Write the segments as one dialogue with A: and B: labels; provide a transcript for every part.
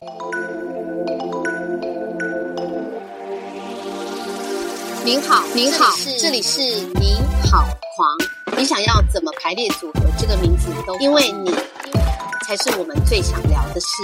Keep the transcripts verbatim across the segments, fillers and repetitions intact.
A: 您好，您好，这里是你好狂。你想要怎么排列组合这个名字都，因为你才是我们最想聊的事。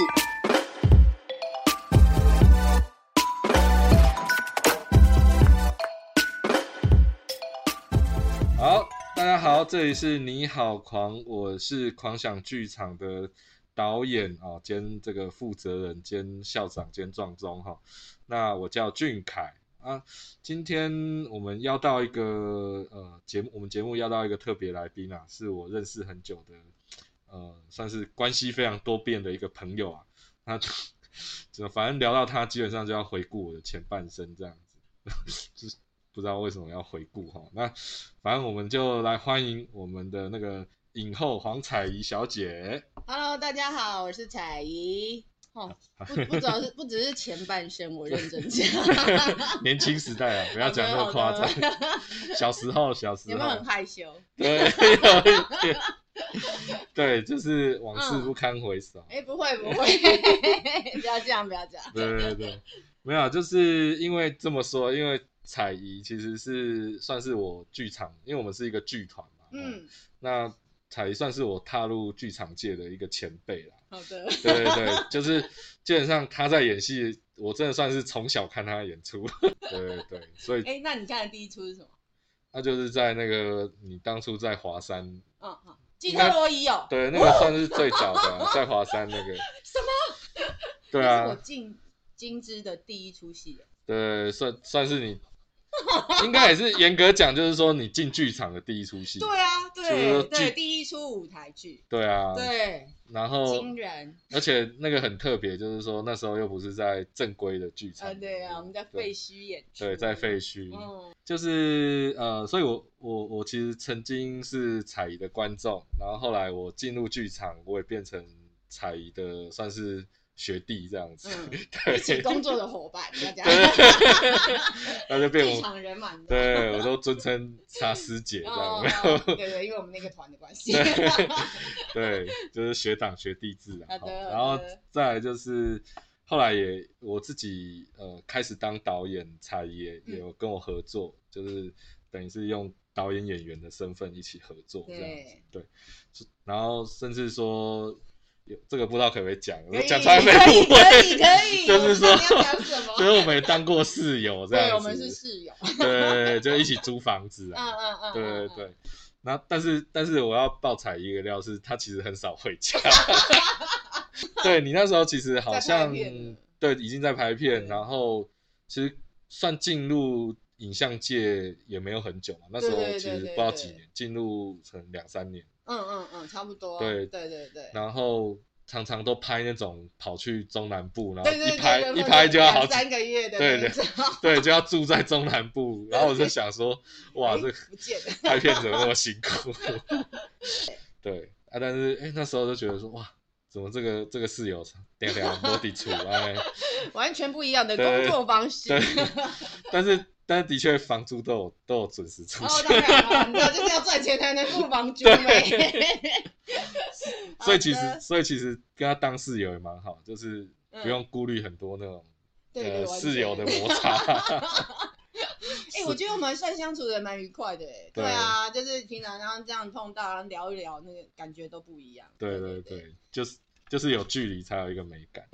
B: 好，大家好，这里是你好狂，我是狂想剧场的导演啊，兼这个负责人兼校长兼壮中哈。那我叫俊凯。啊，今天我们邀到一个呃节目，我们节目邀到一个特别来宾啊，是我认识很久的，呃，算是关系非常多变的一个朋友啊。他就反正聊到他，基本上就要回顾我的前半生这样子，就是不知道为什么要回顾哈。那反正我们就来欢迎我们的那个影后黄彩怡小姐。
C: Hello， 大家好，我是彩怡。哦，不不只是不只是前半生，我认真讲。
B: 年轻时代啊，不要讲那么夸张。小时候，小时候有
C: 没有很害羞？
B: 对，有一点。对，就是往事不堪回首。
C: 哎、嗯欸，不会不会，不要这样，不要这样。
B: 对对对，没有，就是因为这么说，因为彩怡其实是算是我剧场，因为我们是一个剧团嘛。嗯。那彩怡算是我踏入剧场界的一个前辈啦。
C: 好的。
B: 对对对，就是基本上他在演戏，我真的算是从小看他演出。对对对，所以。
C: 哎、欸，那你看的第一出是什么？
B: 那就是在那个你当初在华山。
C: 嗯嗯。基特罗伊哦。
B: 对，那个算是最早的、啊，在华山那个。
C: 什么？
B: 对啊。
C: 那是我进金枝的第一出戏。
B: 对，算算是你。应该也是严格讲，就是说你进剧场的第一出戏。
C: 对啊，对对，第一出舞台剧。
B: 对啊，
C: 对。
B: 然后
C: 惊人，
B: 而且那个很特别，就是说那时候又不是在正规的剧场。
C: 呃，对啊，我们在废墟演出。
B: 对，在废墟。嗯，就是呃，所以我我我其实曾经是彩怡的观众，然后后来我进入剧场，我也变成彩怡的算是。学弟这样子，
C: 嗯，对，一起工作的伙伴，大家，
B: 那就变我
C: 剧场人嘛，
B: 对我都尊称他师姐这样，
C: 哦哦、对对，因为我们那个团的关系，
B: 对, 对，就是学长学弟制啊。
C: 好的，
B: 然后再来就是后来也我自己呃开始当导演，彩怡也也有跟我合作，嗯、就是等于是用导演演员的身份一起合作这样子，对，对然后甚至说。有这个不知道可不可以讲，我讲出来没误会，
C: 可以可以，
B: 就是说，
C: 就是
B: 我们也当过室友这样子，
C: 对，我们是室友，
B: 对，就一起租房子啊，
C: 嗯嗯嗯，
B: 对对对。然后，但是但是我要爆彩一个料是，他其实很少回家。对你那时候其实好像对已经在拍片，然后其实算进入影像界也没有很久嘛，那时候其实不知道几年，进入成两三年。
C: 嗯嗯嗯，差不多。
B: 对
C: 对对对。
B: 然后常常都拍那种跑去中南部，然后
C: 一拍
B: 对对对对一拍就要好
C: 三个月的
B: 对对对，就要住在中南部。然后我就想说，哇，这
C: 不见了
B: 拍片怎么那么辛苦？对啊，但是哎，那时候就觉得说，哇，怎么这个这个室友点点落地处哎，
C: 完全不一样的工作方式。
B: 对，但是。但是的确，房租都有都有准时出现。
C: 哦，当然了，你知道就是要赚钱才能付房租呗。
B: 所以其实，所以其实跟他当室友也蛮好，就是不用顾虑很多那种、
C: 嗯、
B: 呃室友的摩擦。
C: 哎、欸，我觉得我们算相处的蛮愉快的哎。对啊，就是平常然后这样碰到，然后聊一聊，那个感觉都不一样。
B: 对对 对, 对, 对，就是就是有距离才有一个美感。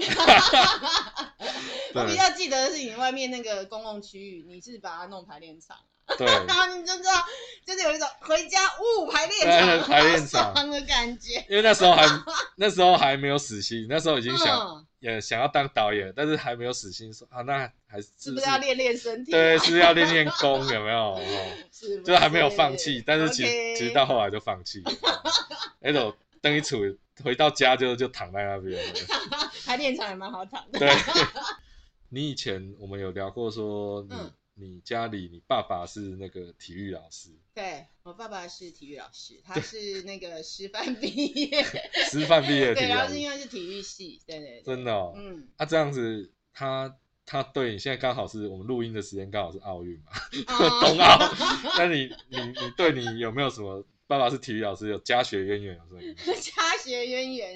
C: 我比较记得的是你外面那个公共区域，你是把它弄排练场啊，
B: 对，
C: 然后你就知道，就是有一种回家呜排练场，
B: 排练场
C: 的感觉。
B: 因为那时候还那时候还没有死心，那时候已经想、嗯、也想要当导演，但是还没有死心，说啊，那还是
C: 是不是要练练身体、啊？
B: 对，是要练练功，有没有？哦、是不是，就还没有放弃，但是其实、okay. 其实到后来就放弃了，那种登一处回到家就就躺在那边了，
C: 排练场也蛮好躺的。
B: 对。你以前我们有聊过说你、嗯、你家里你爸爸是那个体育老师。
C: 对，我爸爸是体育老师，他是那个师范毕业。
B: 师范毕业的体育老师。对，
C: 然后是因为是体育系，对对对。
B: 真的哦。嗯。啊，这样子他他对你现在刚好是我们录音的时间刚好是奥运嘛，哦、冬奥。那你你你对你有没有什么爸爸是体育老师有家学渊源有什么？
C: 家学渊源。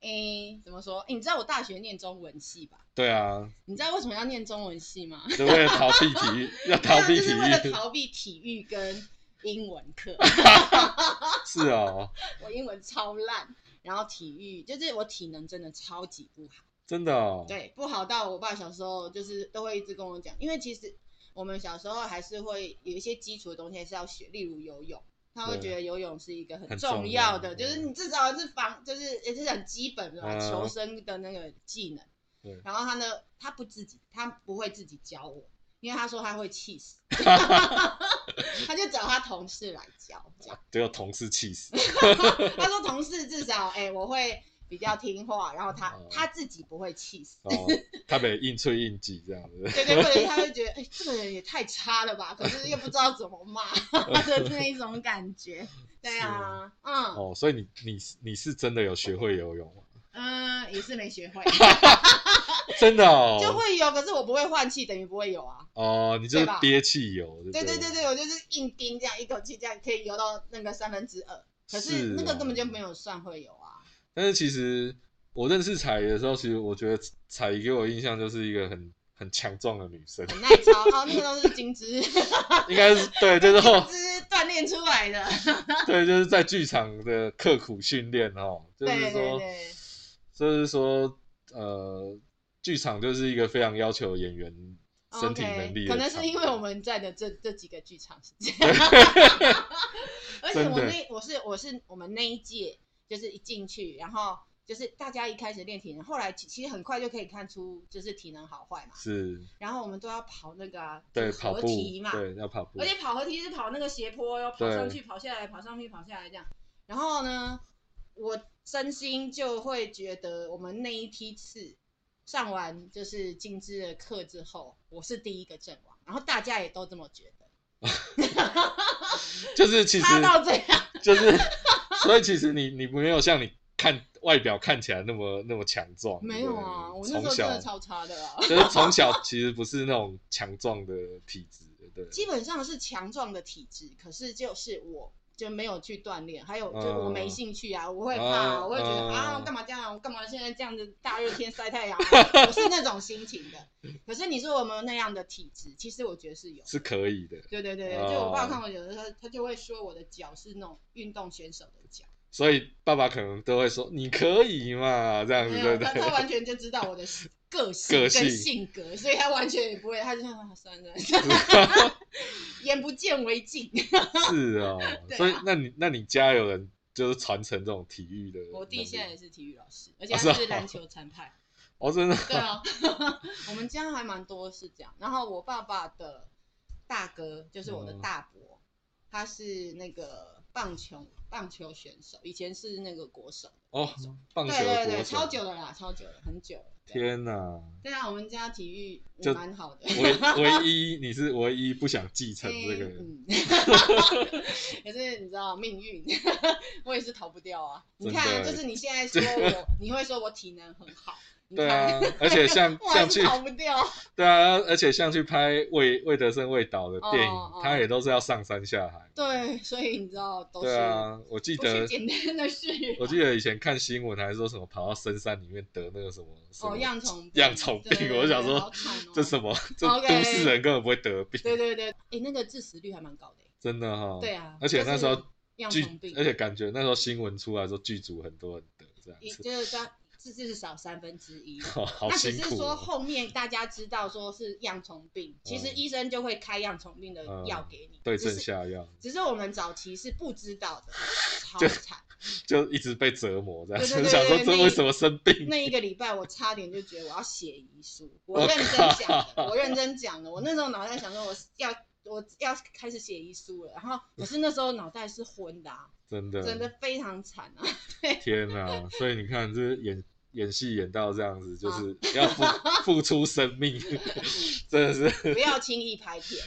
C: 诶，怎么说？诶你知道我大学念中文系吧？
B: 对啊。
C: 你知道为什么要念中文系吗？
B: 就为了逃避体育，要逃避体育，
C: 就是为了逃避体育跟英文课。
B: 是哦，
C: 我英文超烂，然后体育就是我体能真的超级不好。
B: 真的哦。
C: 对，不好到我爸小时候就是都会一直跟我讲，因为其实我们小时候还是会有一些基础的东西还是要学，例如游泳。他会觉得游泳是一个很重要的，就是你至少是防，就是也是很基本的、嗯、求生的那个技能。
B: 对。
C: 然后他呢，他不自己，他不会自己教我，因为他说他会气死，他就找他同事来教，这样。
B: 只有同事气死。
C: 他说同事至少，哎、欸，我会比较听话，然后他、哦、他自己不会气死。
B: 哦，他没硬吹硬挤这样子。
C: 对对对，他会觉得，哎、欸，这个人也太差了吧，可是又不知道怎么骂的那一种感觉。对啊，嗯。
B: 哦，所以你你你是真的有学会游泳吗？
C: 嗯，也是没学会。
B: 真的哦。
C: 就会游，可是我不会换气，等于不会游啊。
B: 哦，你就是憋气游。
C: 对对对对，我就是硬盯这样，一口气这样可以游到那个三分之二，可是那个根本就没有算会游啊。
B: 但是其实我认识彩怡的时候，其实我觉得彩怡给我印象就是一个很很强壮的女生，
C: 很耐操。哦，那个都是金枝。
B: 应该是对，就是后
C: 金枝锻炼出来的。
B: 对，就是在剧场的刻苦训练哦，就是说，
C: 对对对，
B: 就是说，呃，剧场就是一个非常要求演员身体能力的、
C: okay, 可能是因为我们在的这这几个剧场是这样。而且我那我是我是我们那一届。就是一进去，然后就是大家一开始练体能，后来其实很快就可以看出就是体能好坏嘛。
B: 是。
C: 然后我们都要跑那个、啊、
B: 对
C: 合体嘛，
B: 对，要跑步。
C: 而且跑合体是跑那个斜坡，要跑上去跑下来，跑上去跑下来这样。然后呢，我真心就会觉得我们那一批次上完就是金枝的课之后，我是第一个阵亡，然后大家也都这么觉得。
B: 就是其实
C: 差到这样，
B: 就是。所以其实你你没有像你看外表看起来那么那么强壮。
C: 没有啊，我那时候真的超差的啊。
B: 就是从小其实不是那种强壮的体质，对。
C: 基本上是强壮的体质，可是就是我就没有去锻炼，还有就我没兴趣啊，嗯、我会怕、啊，嗯、我会觉得、嗯、啊，我干嘛这样？我干嘛现在这样子大热天晒太阳、啊？我是那种心情的。可是你说我有没有那样的体质？其实我觉得是有，
B: 是可以的。
C: 对对对，就我爸看我有的时候，他就会说我的脚是那种运动选手的脚。
B: 所以爸爸可能都会说你可以嘛，这样子对不对？
C: 他他完全就知道我的个性跟性格，所以他完全也不会，他就说算了算了，眼不见为净。
B: 是哦，啊、所以那你那你家有人就是传承这种体育的？
C: 我弟现在也是体育老师，而且他是篮球裁判。
B: 哦，真的？
C: 对啊，我们家还蛮多是这样。然后我爸爸的大哥就是我的大伯，嗯、他是那个棒球棒球选手，以前是那个国手
B: 哦，棒球的国手，
C: 对对对，超久了啦，超久了，很久了。
B: 天哪！
C: 对啊，我们家体育也蛮好的。
B: 唯唯一你是唯一不想继承这个，嗯、
C: 可是你知道命运，我也是逃不掉啊。你看，就是你现在说我，你会说我体能很好。
B: 对啊，而且像像去
C: 逃不掉。
B: 对啊，而且像去拍魏魏德胜魏导的电影，哦、他也都是要上山下海。
C: 对，所以你知道都是。
B: 对啊，我记得
C: 简单的事。
B: 我记得以前看新闻还说什么跑到深山里面得那个什么什么
C: 哦恙虫
B: 恙虫病，我就想说、哦、这什么这都市人根本不会得病。
C: 对对对，哎，那个致死率还蛮高的。
B: 真的哈、哦。
C: 对啊，
B: 而且那时候
C: 恙虫病，
B: 而且感觉那时候新闻出来说剧组很多人得这样子。
C: 就是这样。是至少三分之一，
B: 哦好辛苦哦、
C: 那只是说后面大家知道说是恙虫病，其实医生就会开恙虫症的药给你，嗯、
B: 对症下药。
C: 只是我们早期是不知道的，超惨，
B: 就一直被折磨这样，
C: 对对对对
B: 想说这为什么生病？
C: 那一个礼拜我差点就觉得我要写遗书，我认真讲的，我认真讲的，我那时候脑袋想说我要我要开始写遗书了，然后可是那时候脑袋是昏的、啊，
B: 真的
C: 真的非常惨啊！对，
B: 天哪！所以你看这演。演戏演到这样子，就是要付、啊、付出生命，真的是
C: 不要轻易拍片。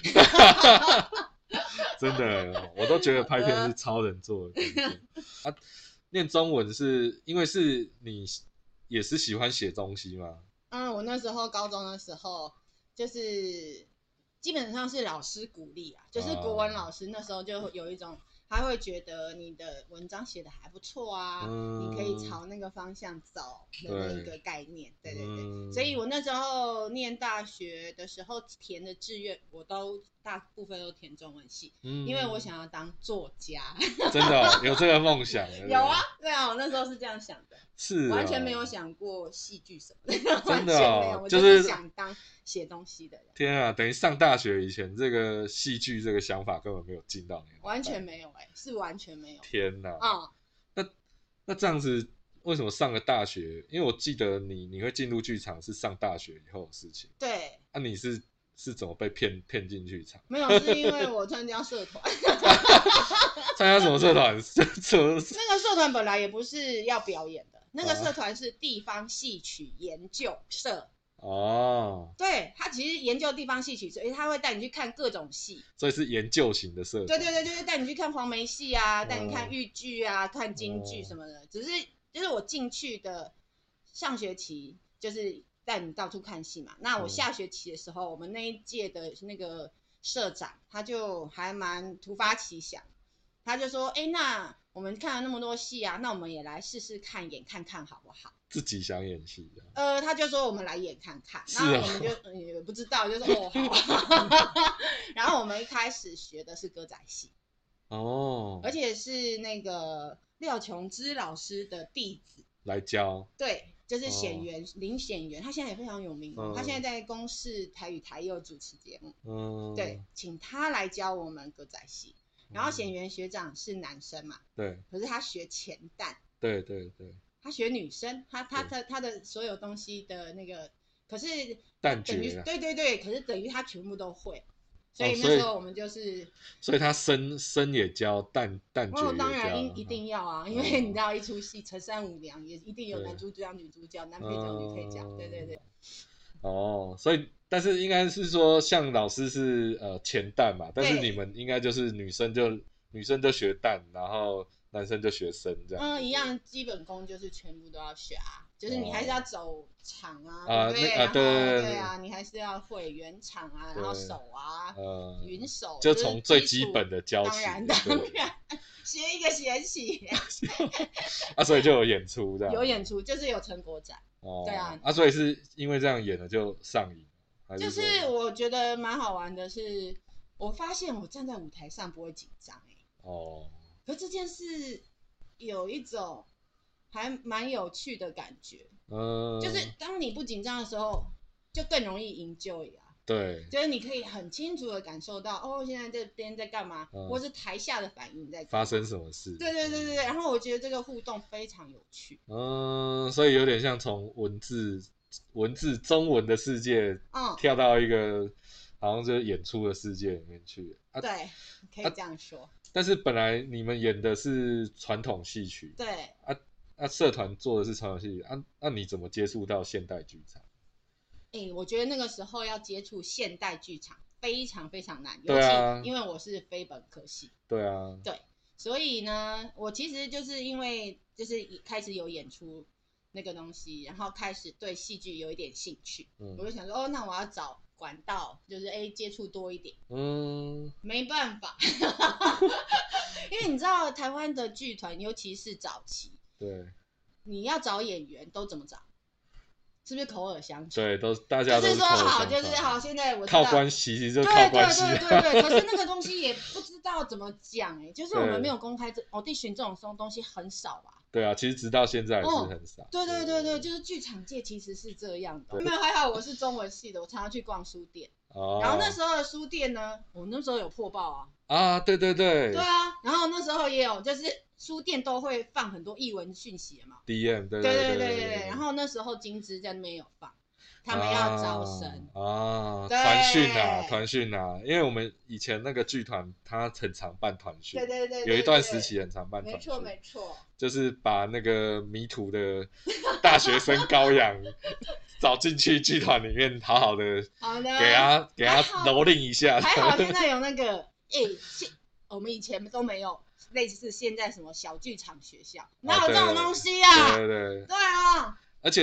B: 真的，我都觉得拍片是超人做的。啊，念中文是因为是你也是喜欢写东西吗？
C: 嗯，我那时候高中的时候，就是基本上是老师鼓励啊，就是国文老师那时候就有一种他会觉得你的文章写的还不错啊，嗯、你可以朝那个方向走的那个概念，对对对。嗯、所以我那时候念大学的时候填的志愿，我都大部分都填中文系，嗯、因为我想要当作家。
B: 真的、哦、有这个梦想？
C: 有啊，对啊，我那时候是这样想的，
B: 是、哦、
C: 完全没有想过戏剧什么的，
B: 真的、哦、
C: 完全没有，我就是想当写东西的人。
B: 天啊，等于上大学以前，这个戏剧这个想法根本没有进到你，
C: 完全没有哎、欸，是完全没有。
B: 天哪！
C: 嗯，
B: 那那这样子，为什么上了大学？因为我记得你你会进入剧场是上大学以后的事情。
C: 对。
B: 那、啊、你是是怎么被骗骗进剧场？
C: 没有，是因为我参加社团。
B: 参加什么社团？那
C: 个社团本来也不是要表演的，那个社团是地方戏曲研究社。哦，对，他其实研究地方戏曲，所以他会带你去看各种戏，
B: 所以是研究型的社团。
C: 对对对，就是带你去看黄梅戏啊，带你看豫剧啊，看京剧什么的。只是就是我进去的上学期就是带你到处看戏嘛。那我下学期的时候，我们那一届的那个社长他就还蛮突发奇想，他就说：“哎，那我们看了那么多戏啊，那我们也来试试看演看看好不好？”
B: 自己想演戏的，
C: 呃，他就说我们来演看看，然后我们就、哦、也不知道，就说哦好，然后我们一开始学的是歌仔戏，哦，而且是那个廖琼枝老师的弟子
B: 来教，
C: 对，就是显元、哦、林显元，他现在也非常有名哦，嗯、他现在在公视台语台也有主持节目，嗯，对，请他来教我们歌仔戏，然后显元学长是男生嘛，
B: 对，
C: 可是他学前旦，
B: 对对对。
C: 他学女生，他他他他的所有东西的那个，可是
B: 旦角，
C: 对对对，可是等于他全部都会，所以那时候我们就是，哦、
B: 所以他生生也教，旦旦角也教，
C: 当然一一定要啊，因为你知道一出戏陈三五娘也一定有男主角、女主角、男配角、女配角，对对对。
B: 哦，所以但是应该是说，像老师是呃前旦嘛，但是你们应该就是女生就女生就学旦，然后。男生就学生这样，
C: 嗯，一样，基本功就是全部都要学啊，就是你还是要走场啊，
B: 啊，
C: 对不对？
B: 啊，对对
C: 对啊，你还是要会圆场啊，然后手啊，呃，云手，
B: 就从最基本的教起，
C: 当然当然，学一个学期，
B: 啊，所以就有演出这样，
C: 有演出就是有成果展，哦，对啊，
B: 啊，所以是因为这样演了就上瘾，
C: 就是我觉得蛮好玩的是，我发现我站在舞台上不会紧张哎，哦。可这件事有一种还蛮有趣的感觉，嗯，就是当你不紧张的时候，就更容易enjoy啊。
B: 对，
C: 就是你可以很清楚的感受到，哦，现在这边在干嘛，嗯、或是台下的反应在干嘛
B: 发生什么事。
C: 对对对对对，然后我觉得这个互动非常有趣。
B: 嗯，所以有点像从文字文字中文的世界，嗯，跳到一个好像就是演出的世界里面去。
C: 啊、对，可以这样说。啊
B: 但是本来你们演的是传统戏曲，
C: 对
B: 啊啊，社团做的是传统戏曲，啊，那、啊、你怎么接触到现代剧场？
C: 哎、欸，我觉得那个时候要接触现代剧场非常非常难，
B: 对啊，
C: 尤其因为我是非本科系，
B: 对啊，
C: 对，所以呢，我其实就是因为就是开始有演出那个东西，然后开始对戏剧有一点兴趣，嗯、我就想说，哦，那我要找。管道就是哎接触多一点，嗯，没办法，因为你知道台湾的剧团，尤其是早期，
B: 对，
C: 你要找演员都怎么找？是不是口耳相传？
B: 对，都大家都
C: 就是说好，就是好，现在我知
B: 靠
C: 道
B: 关系，其实就靠关系，
C: 对对对对对。可是那个东西也不知道怎么讲哎、欸，就是我们没有公开这 audition 这种东西很少吧。
B: 对啊，其实直到现在也是很少。
C: 哦、对对对对，就是剧场界其实是这样的。没有还好，我是中文系的，我常常去逛书店。哦。然后那时候的书店呢，我那时候有破报啊。
B: 啊，对对对。
C: 对啊，然后那时候也有，就是书店都会放很多艺文讯息嘛。
B: D M 对
C: 对对对对对。然后那时候金枝在那边有放。他们要招生
B: 啊，团训啊，团训啊，因为我们以前那个剧团，他很常办团训，
C: 对对 对, 对, 对，
B: 有一段时期很常办团训，
C: 没错没错，
B: 就是把那个迷途的大学生羔羊找进去剧团里面，好好的，
C: 好的，
B: 给他给他蹂躏一下。
C: 还好现在有那个，哎、欸，我们以前都没有类似现在什么小剧场学校，哪有这种东西啊？
B: 对对对，
C: 对啊，
B: 而且。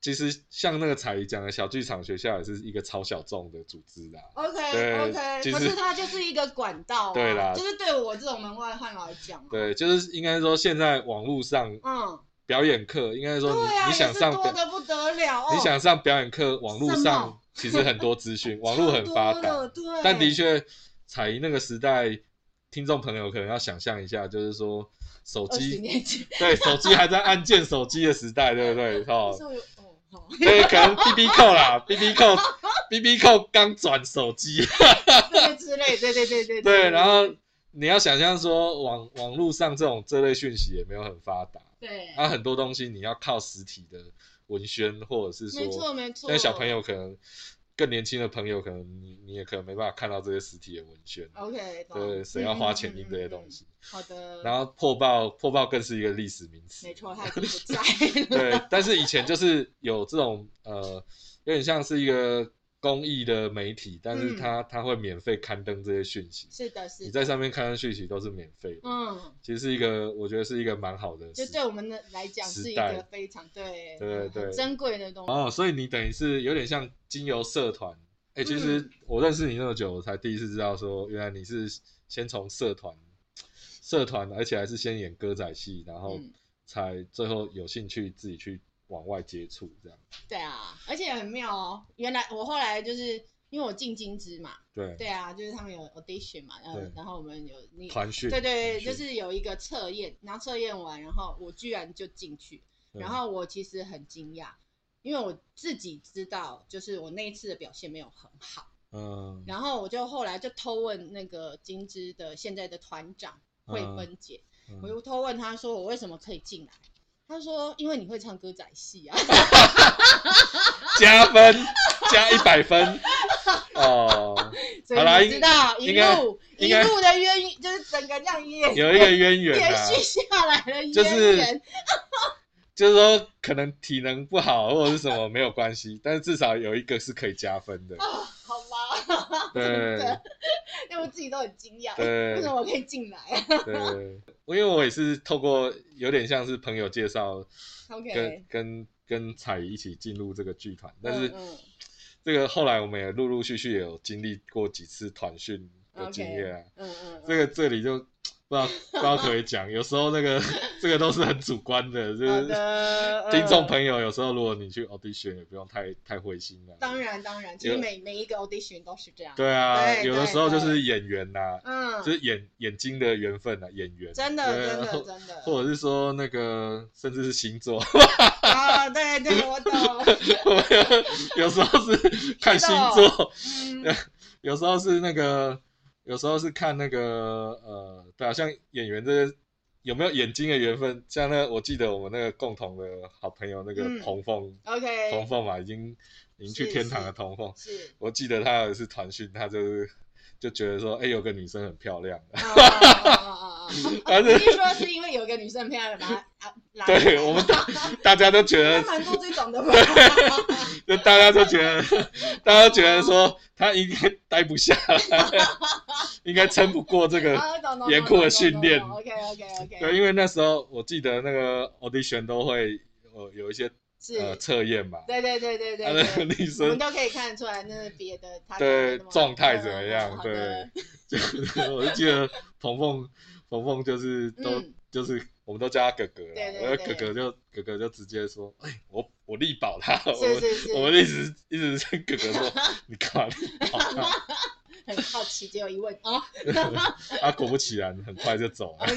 B: 其实像那个彩仪讲的小剧场学校也是一个超小众的组织啦。
C: OK OK， 可是它就是一个管道、啊，
B: 对啦，
C: 就是对我这种门外汉来讲、啊，
B: 对，就是应该说现在网络上，嗯，表演课应该说你、
C: 啊、
B: 你想上
C: 多的不得了、哦，
B: 你想上表演课，网络上其实很多资讯，网络很发达，
C: 对，
B: 但的确彩仪那个时代，听众朋友可能要想象一下，就是说手机，对，手机还在按键手机的时代，对不对？哦。对，可能 B B 扣啦 ，B B 扣 ，B B 扣刚转手机，
C: 这个之类，对对对对
B: 对。然后你要想象说网网络上这种这类讯息也没有很发达，
C: 对，
B: 然后很多东西你要靠实体的文宣，或者是说，
C: 没错没错。
B: 但小朋友可能更年轻的朋友，可能你你也可能没办法看到这些实体的文宣
C: ，OK，
B: 对，谁要花钱印这些东西？
C: 嗯嗯嗯嗯好的。
B: 然后破报破报更是一个历史名词，
C: 没错，它已经不在
B: 对，但是以前就是有这种呃，有点像是一个公益的媒体，但是它、嗯、它会免费刊登这些讯息。
C: 是的，是的。
B: 你在上面刊登讯息都是免费的。嗯，其实是一个，我觉得是一个蛮好的，
C: 就对我们的来讲是一个非常对
B: 对对
C: 珍贵的东西。
B: 哦，所以你等于是有点像经由社团，哎、欸，其实我认识你那么久，我才第一次知道说，原来你是先从社团。社团，而且还是先演歌仔戏，然后才最后有兴趣自己去往外接触，这样。
C: 对啊，而且很妙哦。原来我后来就是因为我进金枝嘛，
B: 对
C: 对啊，就是他们有 audition 嘛，然后然后我们有你
B: 团训，
C: 对对，就是有一个测验，然后测验完，然后我居然就进去，然后我其实很惊讶，因为我自己知道，就是我那一次的表现没有很好，嗯，然后我就后来就偷问那个金枝的现在的团长。慧芬姐、嗯嗯，我就偷问她说我为什么可以进来？她说因为你会唱歌仔戏啊，
B: 加分加一百分哦。
C: 所以你知道一路一路的渊源，就是整个这样延
B: 有一个渊源、啊，
C: 延续下来的渊源。
B: 就是就是说，可能体能不好或者是什么没有关系，但是至少有一个是可以加分的。
C: 哦，好吧，
B: 对，
C: 因为我自己都很惊讶，为什么我可以进来？
B: 对，因为我也是透过有点像是朋友介绍，跟、
C: okay.
B: 跟跟彩仪一起进入这个剧团，但是、嗯嗯、这个后来我们也陆陆续续也有经历过几次团训的经验啊， okay. 嗯嗯，这个这里就。不知道不知道可不可以讲，有时候那个这个都是很主观的，就是听众朋友有时候如果你去 audition 也不用太太灰心了。
C: 当然当然，其实每每一个 audition 都是这样。
B: 对啊，对有的时候就是演员呐、啊，嗯，就是眼眼睛的缘分呐、啊，演员。
C: 真的真的真的。
B: 或者是说那个甚至是星座。
C: 啊，对对，我懂。
B: 有时候是看星座，嗯、有时候是那个。有时候是看那个呃，对啊，像演员这些有没有眼睛的缘分，像那个我记得我们那个共同的好朋友那个童凤、嗯、，OK， 童凤嘛，已经已经去天堂的童凤，是，我记得他有一次团训，他就是就觉得说，哎、欸，有个女生很漂亮，啊啊
C: 啊啊！你是说是因为有个女生很漂亮，把她拉？
B: 对，我们大大家都觉得
C: 蛮多这种的吧，
B: 就大家都觉得，大家都觉得说他应该待不下来。应该撑不过这个严酷的训练。
C: OK OK OK。
B: 对，因为那时候我记得那个 audition 都会有有一些呃测验嘛。
C: 对对对对对。
B: 那个女生，
C: 我们都可以看得出来，那是别的他
B: 对状态怎么样？对，就我就记得鹏凤鹏凤就是都、嗯、就是我们都叫他哥哥啦，
C: 对对对，
B: 我哥哥就哥哥就直接说，哎，我我力保他。
C: 是是是。
B: 我们一直一直跟哥哥说，你干嘛力保他？
C: 很好奇，只有一问啊！
B: 啊，果不其然，很快就走了。
C: OK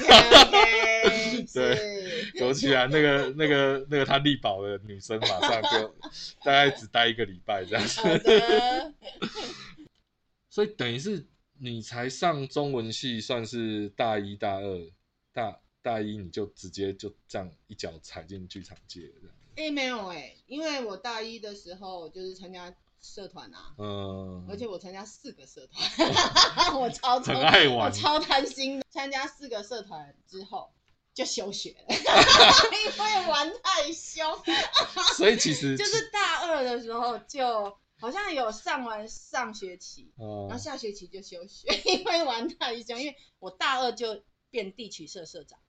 C: OK，
B: 对，果不其然，那个那个那个他力保的女生马上就大概只待一个礼拜这样子。
C: 好的。
B: 所以等于是你才上中文系，算是大一大二，大大一你就直接就这样一脚踩进剧场界了这样。
C: 哎、欸，没有哎、欸，因为我大一的时候就是参加。社团啊，嗯，而且我参加四个社团，我超
B: 很爱玩，
C: 我超贪心的。参加四个社团之后就休学了，因为玩太凶。
B: 所以其实
C: 就是大二的时候就好像有上完上学期，嗯、然后下学期就休学，因为玩太凶。因为我大二就变地曲社社长。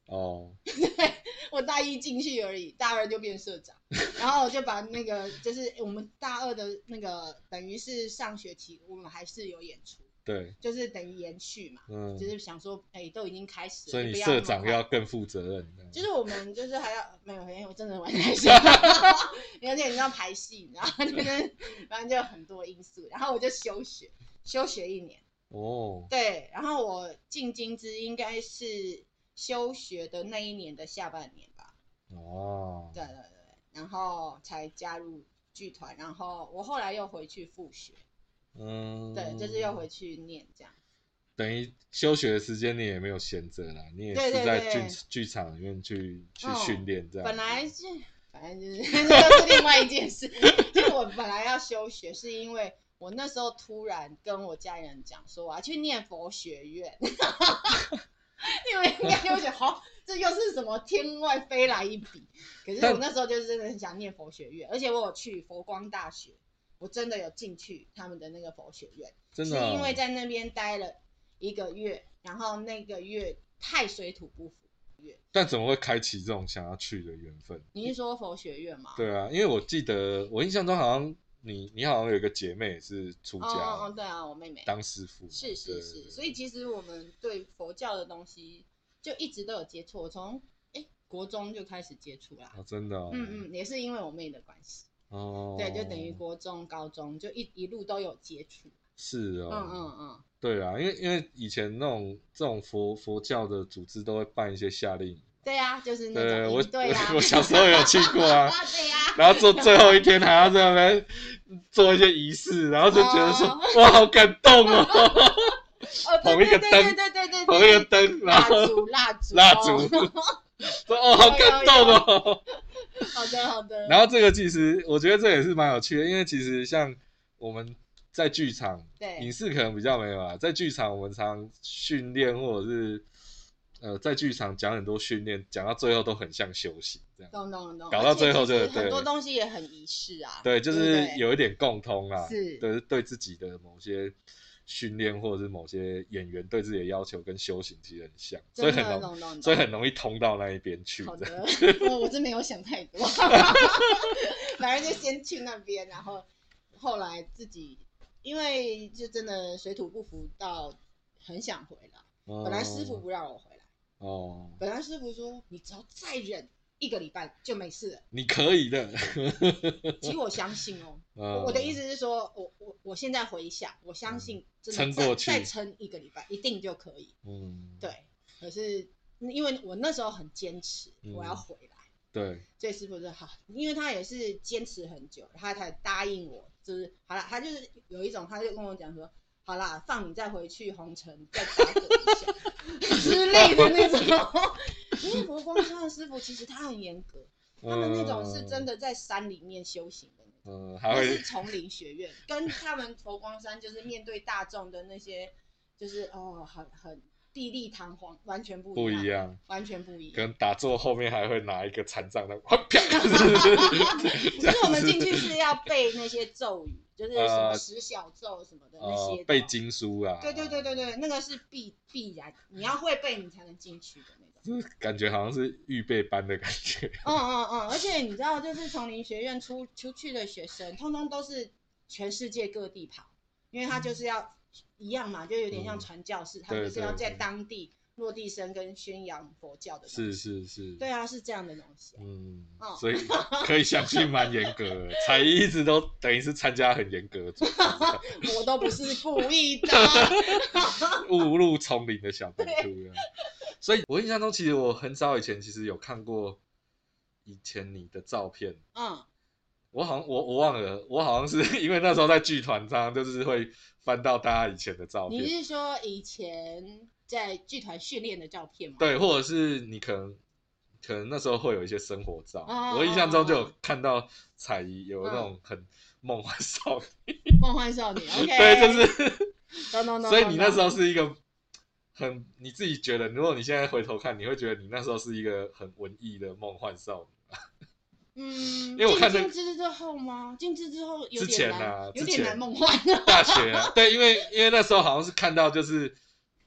B: 哦，
C: 对，我大一进去而已，大二就变社长，然后我就把那个就是我们大二的那个等于是上学期我们还是有演出，
B: 对，
C: 就是等于延续嘛，嗯，就是想说，哎、欸，都已经开始了，
B: 所以你社长要更负责任。
C: 就是我们就是还要没有，因为我真的玩太久，而且你知道排戏，你知道，就是反正就有很多因素，然后我就休学，休学一年。哦，对，然后我进金枝应该是休学的那一年的下半年吧。哦，对对对，然后才加入剧团，然后我后来又回去复学。嗯，对，就是又回去念这样。
B: 等于休学的时间你也没有闲着啦，你也是在剧剧场里面去去训练这样。
C: 本来是，反正就是那是另外一件事。就我本来要休学，是因为我那时候突然跟我家人讲说我要去念佛学院。你们应该会觉得好，这又是什么天外飞来一笔？可是我那时候就是真的很想念佛学院，而且我有去佛光大学，我真的有进去他们的那个佛学院，真的、哦、是因为在那边待了一个月，然后那个月太水土不服。
B: 但怎么会开启这种想要去的缘分？
C: 你是说佛学院吗？
B: 对啊，因为我记得我印象中好像你你好像有一个姐妹也是出家，
C: 哦哦对啊，我妹妹
B: 当师傅，
C: 是是是，所以其实我们对佛教的东西就一直都有接触，从哎国中就开始接触啦。
B: 哦，真的、哦，
C: 嗯嗯，也是因为我妹的关系。哦，对，就等于国中、高中就一一路都有接触。
B: 是哦，
C: 嗯嗯嗯，
B: 对啊，因为因为以前那种这种佛佛教的组织都会办一些夏令营。
C: 对啊，就是那种营队啊。
B: 我我小时候有去过啊。
C: 对呀、啊。
B: 然后做最后一天还要在那边做一些仪式，然后就觉得说、哦、哇好感动哦。
C: 哦，
B: 捧一个灯，
C: 对对对对对，
B: 捧一个灯，
C: 蜡烛蜡烛
B: 蜡烛，说哦好感动哦。
C: 好的好的。
B: 然后这个其实我觉得这也是蛮有趣的，因为其实像我们在剧场，对，影视可能比较没有啊，在剧场我们常训练或者是呃在剧场讲很多训练，讲到最后都很像修行这样，
C: 懂懂懂，
B: 搞到最后就
C: 很多东西也很仪式啊，
B: 对，就是有一点共通啊，
C: 是，
B: 对对自己的某些训练或者是某些演员对自己的要求跟修行其实很像，所以很容所以很容易通到那一边去。
C: 好的，我真没有想太多，反正就先去那边，然后后来自己因为就真的水土不服到很想回来，哦、本来师傅不让我回来，哦，本来师傅说你只要再忍一个礼拜就没事了，
B: 你可以的。
C: 其实我相信哦，哦我的意思是说，我我我现在回想，我相信真的
B: 撑过去
C: 再撑一个礼拜一定就可以。嗯，对。可是因为我那时候很坚持，嗯、我要回来。
B: 对。
C: 所以师傅说好，因为他也是坚持很久，他才答应我，就是好了，他就是有一种，他就跟我讲说，好啦，放你再回去红尘，再打滚一下之类的那种。因为佛光山的师傅其实他很严格，他们那种是真的在山里面修行的那种，嗯，还会是丛林学院，跟他们佛光山就是面对大众的那些，就是哦，很很地利堂皇，完全不一样，
B: 不一样，
C: 完全不一样。
B: 可能打坐后面还会拿一个禅杖的，啪！
C: 可是我们进去是要背那些咒语。就是什么十小咒什么的、呃、那些
B: 背经书啊，
C: 对对对对对，那个是必必然，你要会背你才能进去的那种。
B: 感觉好像是预备班的感觉。
C: 嗯嗯嗯，而且你知道，就是丛林学院出出去的学生，通通都是全世界各地跑，因为他就是要一样嘛，就有点像传教士，嗯、他就是要在当地落地生根宣扬佛教的东西。
B: 是是是。
C: 对啊，是这样的东西、啊。嗯，
B: 哦、所以可以相信蛮严格的，才艺一直都等于是参加很严格的组织。
C: 我都不是故意的。
B: 误入丛林的小白兔。所以我印象中，其实我很早以前其实有看过以前你的照片。嗯。我好像我我忘了，我好像是因为那时候在剧团上，就是会翻到大家以前的照片。
C: 你是说以前在剧团训练的照片吗？
B: 对，或者是你可能可能那时候会有一些生活照。哦、我印象中就有看到彩仪有那种很梦幻少女。
C: 梦幻少女 ，OK。
B: 对，就是。
C: no, no, no,
B: 所以你那时候是一个很你自己觉得，如果你现在回头看，你会觉得你那时候是一个很文艺的梦幻少女。
C: 嗯，因为我看进之之后吗？进之之后有点难，
B: 之前啊，
C: 有点难梦幻。
B: 大学啊，对，因为因为那时候好像是看到就是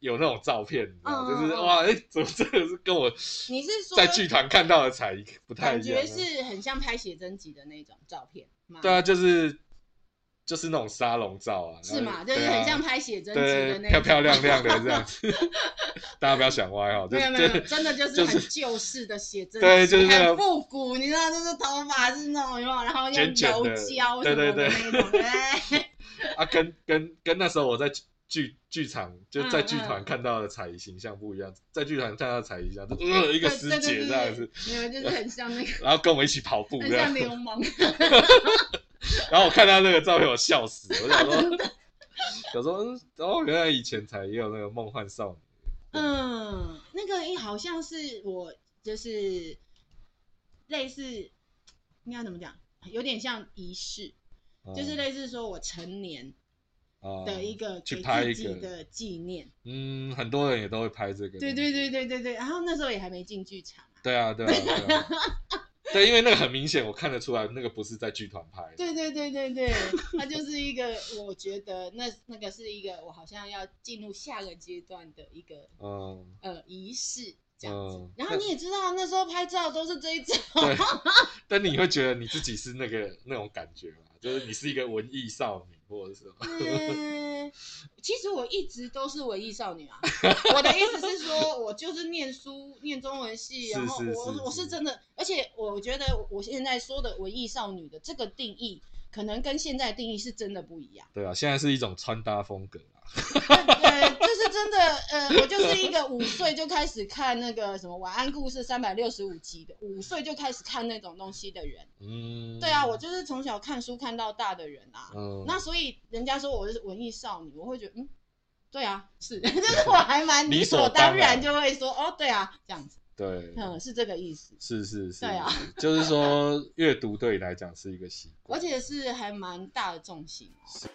B: 有那种照片，你知道，
C: 嗯、
B: 就是哇，哎、欸，怎么这个是跟我
C: 你是说
B: 在剧团看到的彩仪不太一样？
C: 感觉是很像拍写真集的那种照片吗？
B: 对啊，就是就是那种沙龙照啊，
C: 是嘛？就是很像拍写真集的那种，
B: 漂漂亮亮的这样子。大家不要想歪哈，
C: 没有没有，真的就是很旧式的写真集，
B: 对，就是那
C: 很复古，你知道，就是头发是那种有没有，然后用油胶什么的那种，对
B: 啊，跟跟跟那时候我在剧剧场就在剧团看到的彩仪形象不一样，嗯嗯、在剧团看到的彩仪形象就呃一个师姐这样子，
C: 没有就是很像那个，
B: 然后跟我们一起跑步，
C: 很像流氓。
B: 然后我看到那个照片，我笑死，我想说，有时候哦，原来以前才也有那个梦幻少女。
C: 嗯，那个好像是我就是类似，应该怎么讲？有点像仪式，嗯、就是类似说我成年的一个给自己的纪念。
B: 嗯，很多人也都会拍这个。
C: 对对对对对对，然后那时候也还没进剧场、啊。
B: 对啊对啊对啊。对，因为那个很明显，我看得出来，那个不是在剧团拍的。
C: 对对对对对，它就是一个，我觉得那那个是一个，我好像要进入下个阶段的一个，嗯呃仪式这样子。嗯、然后你也知道，那时候拍照都是这一种。
B: 对。但你会觉得你自己是那个那种感觉吗？就是你是一个文艺少女，或者是什么？
C: 嗯，其实我一直都是文艺少女啊。我的意思是说，我就是念书，念中文系，然后我我是真的，而且我觉得我现在说的文艺少女的这个定义，可能跟现在的定义是真的不一样。
B: 对啊，现在是一种穿搭风格啊。
C: 对，就是真的，呃，我就是一个五岁就开始看那个什么晚安故事三百六十五集的，五岁就开始看那种东西的人。嗯，对啊，我就是从小看书看到大的人啊。嗯，那所以人家说我是文艺少女，我会觉得，嗯，对啊，是，就是我还蛮理所当然就会说，哦，对啊，这样子。
B: 对，
C: 嗯，是这个意思。
B: 是是是，
C: 对啊，
B: 就是说阅读对你来讲是一个习惯，
C: 而且是还蛮大的重心哦。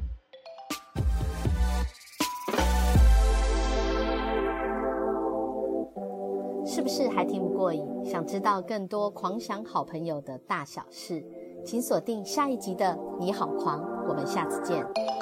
A: 是不是还听不过瘾？想知道更多狂想好朋友的大小事，请锁定下一集的你好狂，我们下次见。